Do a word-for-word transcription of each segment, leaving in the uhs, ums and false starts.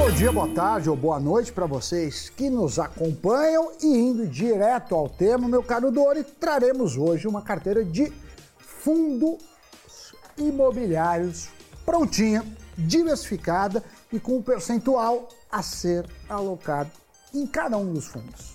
Bom dia, boa tarde ou boa noite para vocês que nos acompanham e indo direto ao tema, meu caro Doni, traremos hoje uma carteira de fundos imobiliários prontinha, diversificada e com um percentual a ser alocado em cada um dos fundos.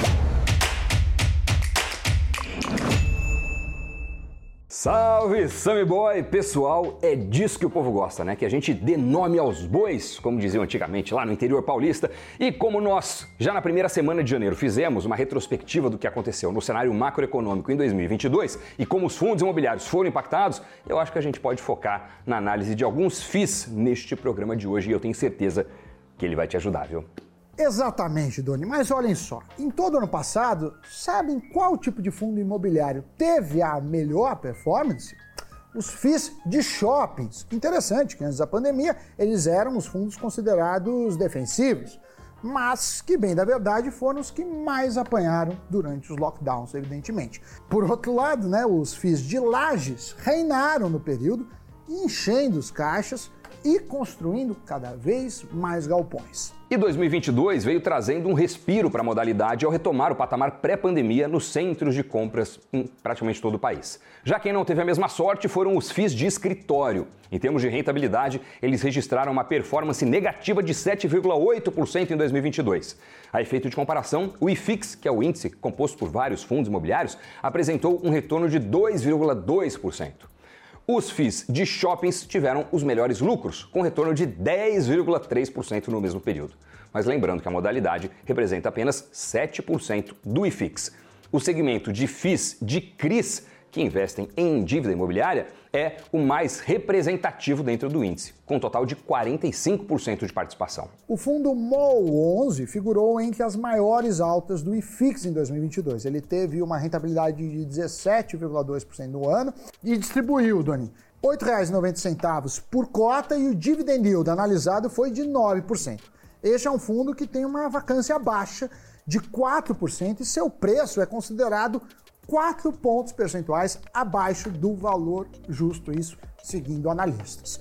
Salve, Sammy Boy! Pessoal, é disso que o povo gosta, né? Que a gente dê nome aos bois, como diziam antigamente lá no interior paulista. E como nós, já na primeira semana de janeiro, fizemos uma retrospectiva do que aconteceu no cenário macroeconômico em dois mil e vinte e dois e como os fundos imobiliários foram impactados, eu acho que a gente pode focar na análise de alguns F I Is neste programa de hoje e eu tenho certeza que ele vai te ajudar, viu? Exatamente, Doni, mas olhem só, em todo ano passado, sabem qual tipo de fundo imobiliário teve a melhor performance? Os F I Is de shoppings. Interessante que antes da pandemia eles eram os fundos considerados defensivos, mas que bem da verdade foram os que mais apanharam durante os lockdowns, evidentemente. Por outro lado, né, os F I Is de lajes reinaram no período, enchendo os caixas e construindo cada vez mais galpões. E dois mil e vinte e dois veio trazendo um respiro para a modalidade ao retomar o patamar pré-pandemia nos centros de compras em praticamente todo o país. Já quem não teve a mesma sorte foram os F I Is de escritório. Em termos de rentabilidade, eles registraram uma performance negativa de sete vírgula oito por cento em dois mil e vinte e dois. A efeito de comparação, o I F I X, que é o índice composto por vários fundos imobiliários, apresentou um retorno de dois vírgula dois por cento. Os F I Is de shoppings tiveram os melhores lucros, com retorno de dez vírgula três por cento no mesmo período. Mas lembrando que a modalidade representa apenas sete por cento do I F I X. O segmento de F I Is de C R Is, que investem em dívida imobiliária, é o mais representativo dentro do índice, com um total de quarenta e cinco por cento de participação. O fundo M O L onze figurou entre as maiores altas do I F I X em dois mil e vinte e dois. Ele teve uma rentabilidade de dezessete vírgula dois por cento no ano e distribuiu, Doni, oito reais e noventa centavos por cota e o dividend yield analisado foi de nove por cento. Este é um fundo que tem uma vacância baixa de quatro por cento e seu preço é considerado quatro pontos percentuais abaixo do valor justo, isso seguindo analistas.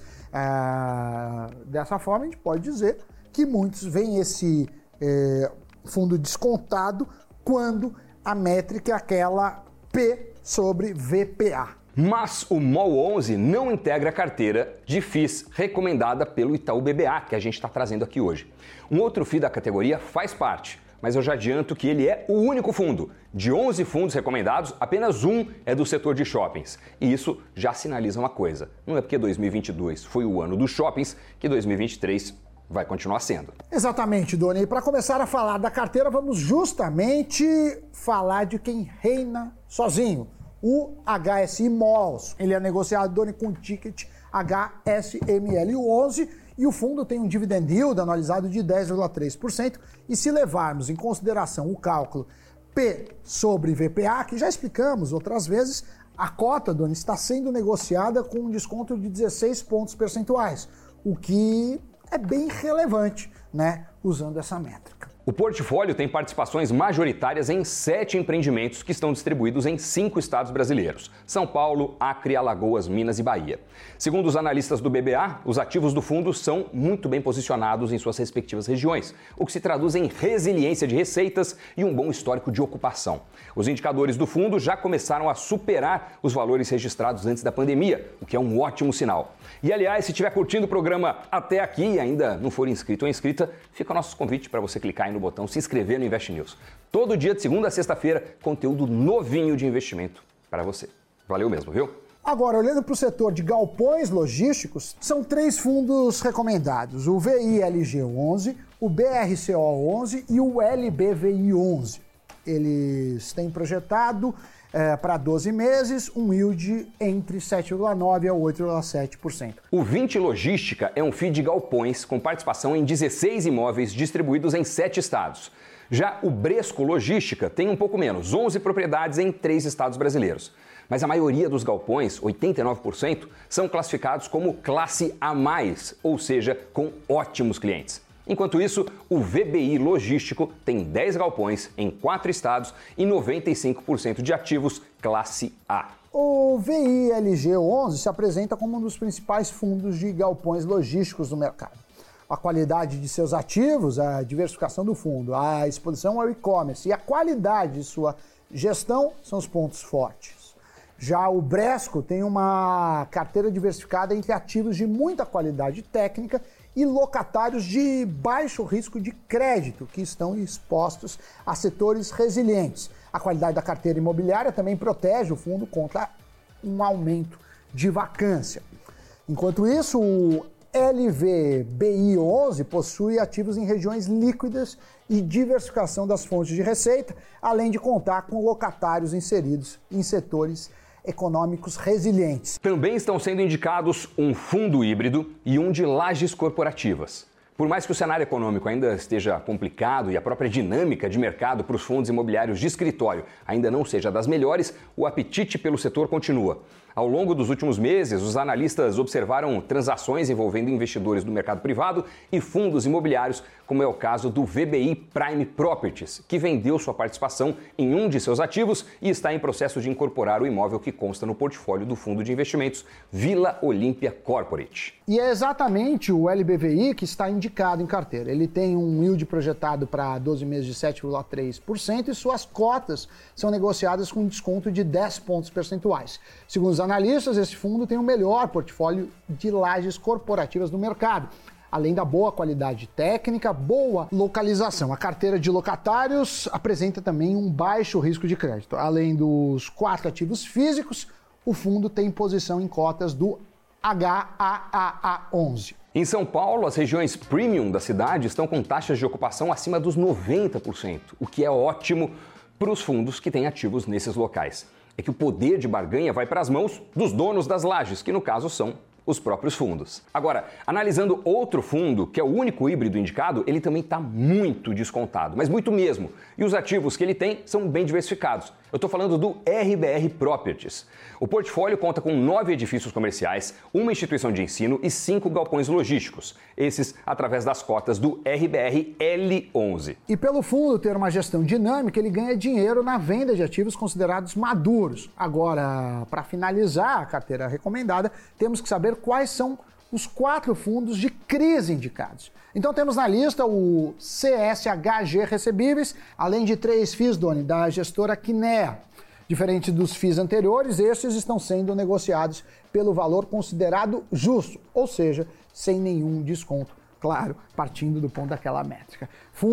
É, dessa forma, a gente pode dizer que muitos veem esse é, fundo descontado quando a métrica é aquela P sobre V P A. Mas o M O L onze não integra a carteira de F I Is recomendada pelo Itaú B B A, que a gente está trazendo aqui hoje. Um outro F I I da categoria faz parte, mas eu já adianto que ele é o único fundo. De onze fundos recomendados, apenas um é do setor de shoppings. E isso já sinaliza uma coisa. Não é porque dois mil e vinte e dois foi o ano dos shoppings que dois mil e vinte e três vai continuar sendo. Exatamente, Doni. E para começar a falar da carteira, vamos justamente falar de quem reina sozinho. O H S I Malls. Ele é negociado, Doni, com o ticket H S M L onze e o fundo tem um dividend yield analisado de dez vírgula três por cento e se levarmos em consideração o cálculo P sobre V P A, que já explicamos outras vezes, a cota, Doni, está sendo negociada com um desconto de dezesseis pontos percentuais, o que é bem relevante, né, usando essa métrica. O portfólio tem participações majoritárias em sete empreendimentos que estão distribuídos em cinco estados brasileiros: São Paulo, Acre, Alagoas, Minas e Bahia. Segundo os analistas do B B A, os ativos do fundo são muito bem posicionados em suas respectivas regiões, o que se traduz em resiliência de receitas e um bom histórico de ocupação. Os indicadores do fundo já começaram a superar os valores registrados antes da pandemia, o que é um ótimo sinal. E aliás, se estiver curtindo o programa até aqui e ainda não for inscrito ou inscrita, fica o nosso convite para você clicar aí no botão se inscrever no Invest News. Todo dia de segunda a sexta-feira, conteúdo novinho de investimento para você. Valeu mesmo, viu? Agora, olhando para o setor de galpões logísticos, são três fundos recomendados: o V I L G onze, o B R C O onze e o L B V I onze. Eles têm projetado é, para doze meses um yield entre sete vírgula nove por cento a oito vírgula sete por cento. O vinte Logística é um F I I de galpões com participação em dezesseis imóveis distribuídos em sete estados. Já o Bresco Logística tem um pouco menos, onze propriedades em três estados brasileiros. Mas a maioria dos galpões, oitenta e nove por cento, são classificados como classe A mais, ou seja, com ótimos clientes. Enquanto isso, o V B I Logístico tem dez galpões em quatro estados e noventa e cinco por cento de ativos classe A. O V I L G onze se apresenta como um dos principais fundos de galpões logísticos do mercado. a qualidade de seus ativos, a diversificação do fundo, a exposição ao e-commerce e a qualidade de sua gestão são os pontos fortes. Já o Bresco tem uma carteira diversificada entre ativos de muita qualidade técnica e locatários de baixo risco de crédito, que estão expostos a setores resilientes. A qualidade da carteira imobiliária também protege o fundo contra um aumento de vacância. Enquanto isso, o L V B I onze possui ativos em regiões líquidas e diversificação das fontes de receita, além de contar com locatários inseridos em setores econômicos resilientes. Também estão sendo indicados um fundo híbrido e um de lajes corporativas. Por mais que o cenário econômico ainda esteja complicado e a própria dinâmica de mercado para os fundos imobiliários de escritório ainda não seja das melhores, o apetite pelo setor continua. Ao longo dos últimos meses, os analistas observaram transações envolvendo investidores do mercado privado e fundos imobiliários, como é o caso do V B I Prime Properties, que vendeu sua participação em um de seus ativos e está em processo de incorporar o imóvel que consta no portfólio do fundo de investimentos Vila Olímpia Corporate. E é exatamente o L B V I que está indicado em carteira. Ele tem um yield projetado para doze meses de sete vírgula três por cento e suas cotas são negociadas com desconto de dez pontos percentuais. Segundo os analistas, esse fundo tem o melhor portfólio de lajes corporativas do mercado, além da boa qualidade técnica, boa localização. A carteira de locatários apresenta também um baixo risco de crédito. Além dos quatro ativos físicos, o fundo tem posição em cotas do H A A A onze. Em São Paulo, as regiões premium da cidade estão com taxas de ocupação acima dos noventa por cento, o que é ótimo para os fundos que têm ativos nesses locais. É que o poder de barganha vai para as mãos dos donos das lajes, que no caso são os próprios fundos. Agora, analisando outro fundo, que é o único híbrido indicado, ele também está muito descontado, mas muito mesmo. E os ativos que ele tem são bem diversificados. Eu estou falando do R B R Properties. O portfólio conta com nove edifícios comerciais, uma instituição de ensino e cinco galpões logísticos. Esses através das cotas do R B R L onze. E pelo fundo ter uma gestão dinâmica, ele ganha dinheiro na venda de ativos considerados maduros. Agora, para finalizar a carteira recomendada, temos que saber quais são os quatro fundos de crise indicados. Então temos na lista o C S H G Recebíveis, além de três F I Is, Doni, da gestora Kinea. Diferente dos F I Is anteriores, estes estão sendo negociados pelo valor considerado justo, ou seja, sem nenhum desconto, claro, partindo do ponto daquela métrica.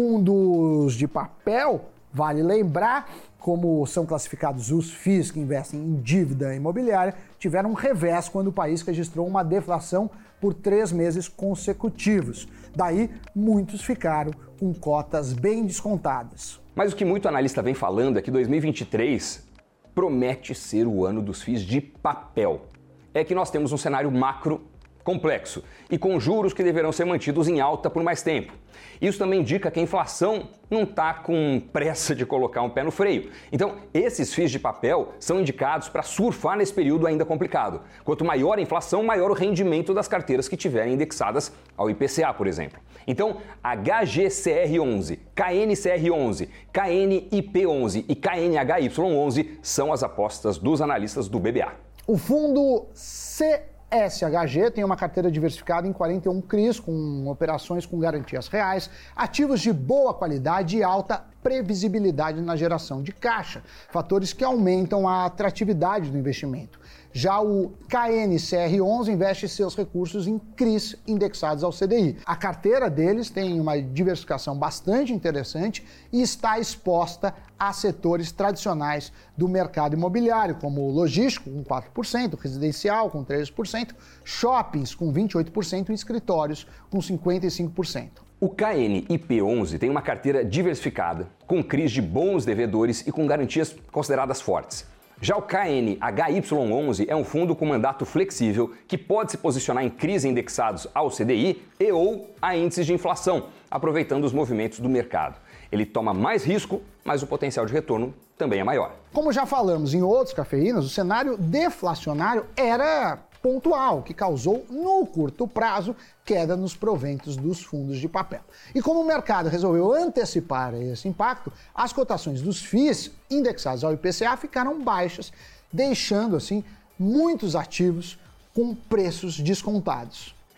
Fundos de papel, vale lembrar, como são classificados os F I Is que investem em dívida imobiliária, tiveram um revés quando o país registrou uma deflação por três meses consecutivos. Daí, muitos ficaram com cotas bem descontadas. Mas o que muito analista vem falando é que dois mil e vinte e três promete ser o ano dos F I Is de papel. É que nós temos um cenário macro complexo e com juros que deverão ser mantidos em alta por mais tempo. Isso também indica que a inflação não está com pressa de colocar um pé no freio. Então, esses F I Is de papel são indicados para surfar nesse período ainda complicado. Quanto maior a inflação, maior o rendimento das carteiras que tiverem indexadas ao I P C A, por exemplo. Então, H G C R onze, K N C R onze, K N I P onze e K N H Y onze são as apostas dos analistas do B B A. O fundo C S H G tem uma carteira diversificada em quarenta e um C R Is, com operações com garantias reais, ativos de boa qualidade e alta previsibilidade na geração de caixa, fatores que aumentam a atratividade do investimento. Já o K N C R onze investe seus recursos em C R Is indexados ao C D I. A carteira deles tem uma diversificação bastante interessante e está exposta a setores tradicionais do mercado imobiliário, como logístico com quatro por cento, residencial com treze por cento, shoppings com vinte e oito por cento e escritórios com cinquenta e cinco por cento. O K N I P onze tem uma carteira diversificada, com C R Is de bons devedores e com garantias consideradas fortes. Já o K N H Y onze é um fundo com mandato flexível que pode se posicionar em C R Is indexados ao C D I e ou a índices de inflação, aproveitando os movimentos do mercado. Ele toma mais risco, mas o potencial de retorno também é maior. Como já falamos em outros cafeínas, o cenário deflacionário era pontual, que causou, no curto prazo, queda nos proventos dos fundos de papel. E como o mercado resolveu antecipar esse impacto, as cotações dos F I Is indexados ao I P C A ficaram baixas, deixando, assim, muitos ativos com preços descontados.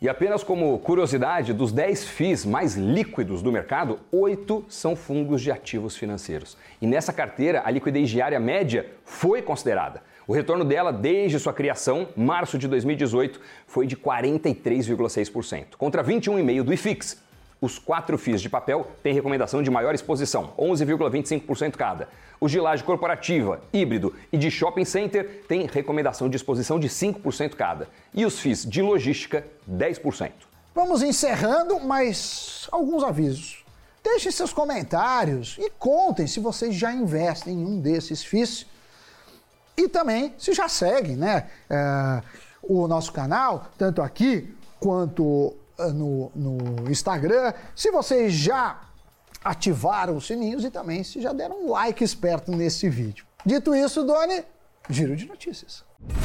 E apenas como curiosidade, dos dez F I Is mais líquidos do mercado, oito são fundos de ativos financeiros. E nessa carteira, a liquidez diária média foi considerada. O retorno dela desde sua criação, março de dois mil e dezoito, foi de quarenta e três vírgula seis por cento, contra vinte e um vírgula cinco por cento do I F I X. Os quatro F I Is de papel têm recomendação de maior exposição, onze vírgula vinte e cinco por cento cada. Os de laje corporativa, híbrido e de shopping center têm recomendação de exposição de cinco por cento cada. E os F I Is de logística, dez por cento. Vamos encerrando, mas alguns avisos. Deixem seus comentários e contem se vocês já investem em um desses F I Is. E também se já seguem, né, é, o nosso canal, tanto aqui quanto No, no Instagram, se vocês já ativaram os sininhos e também se já deram um like esperto nesse vídeo. Dito isso, Doni, giro de notícias.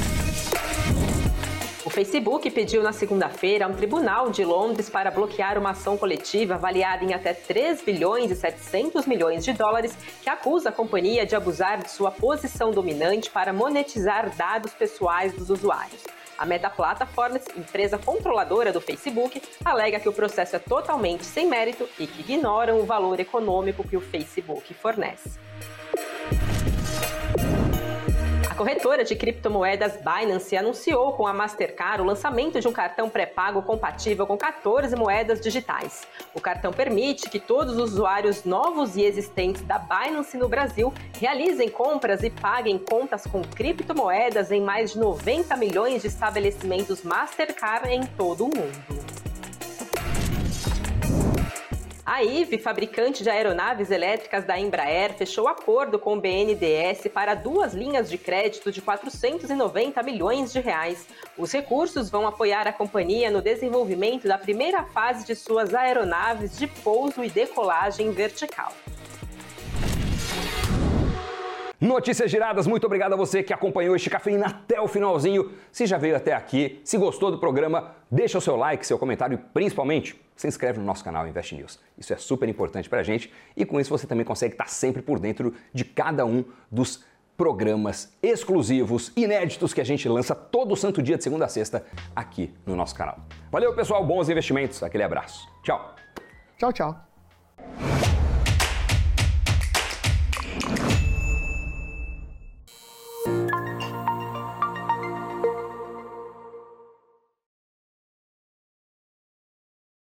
O Facebook pediu na segunda-feira a um tribunal de Londres para bloquear uma ação coletiva avaliada em até três bilhões e setecentos milhões de dólares que acusa a companhia de abusar de sua posição dominante para monetizar dados pessoais dos usuários. A Meta Platforms, empresa controladora do Facebook, alega que o processo é totalmente sem mérito e que ignoram o valor econômico que o Facebook fornece. A corretora de criptomoedas Binance anunciou com a Mastercard o lançamento de um cartão pré-pago compatível com quatorze moedas digitais. O cartão permite que todos os usuários novos e existentes da Binance no Brasil realizem compras e paguem contas com criptomoedas em mais de noventa milhões de estabelecimentos Mastercard em todo o mundo. A I V E, fabricante de aeronaves elétricas da Embraer, fechou acordo com o B N D E S para duas linhas de crédito de quatrocentos e noventa milhões de reais. Os recursos vão apoiar a companhia no desenvolvimento da primeira fase de suas aeronaves de pouso e decolagem vertical. Notícias giradas, muito obrigado a você que acompanhou este Cafeína até o finalzinho. Se já veio até aqui, se gostou do programa, deixa o seu like, seu comentário e principalmente se inscreve no nosso canal Invest News. Isso é super importante pra gente e com isso você também consegue estar sempre por dentro de cada um dos programas exclusivos, inéditos que a gente lança todo santo dia de segunda a sexta aqui no nosso canal. Valeu pessoal, bons investimentos, aquele abraço. Tchau. Tchau, tchau.